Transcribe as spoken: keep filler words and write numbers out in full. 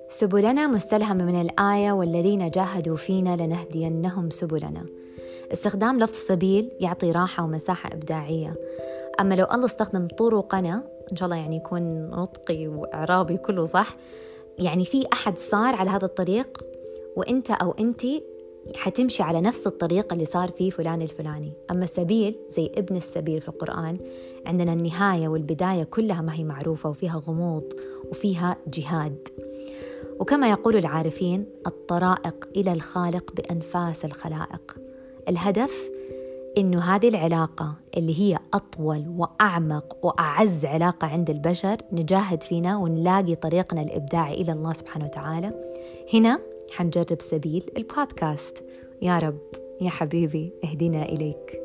سبلنا مستلهم من الآية والذين جاهدوا فينا لنهدينهم سبلنا. استخدام لفظ سبيل يعطي راحة ومساحة إبداعية، أما لو الله استخدم طرقنا إن شاء الله يعني يكون نطقي وإعرابي كله صح، يعني في أحد صار على هذا الطريق وإنت أو إنتي حتمشي على نفس الطريق اللي صار فيه فلان الفلاني. أما السبيل زي ابن السبيل في القرآن، عندنا النهاية والبداية كلها ما هي معروفة وفيها غموض وفيها جهاد. وكما يقول العارفين: الطرائق إلى الخالق بأنفاس الخلائق. الهدف إنه هذه العلاقة اللي هي أطول وأعمق وأعز علاقة عند البشر نجاهد فينا ونلاقي طريقنا الإبداعي إلى الله سبحانه وتعالى. هنا حنجرب سبيل البودكاست. يا رب يا حبيبي اهدنا إليك.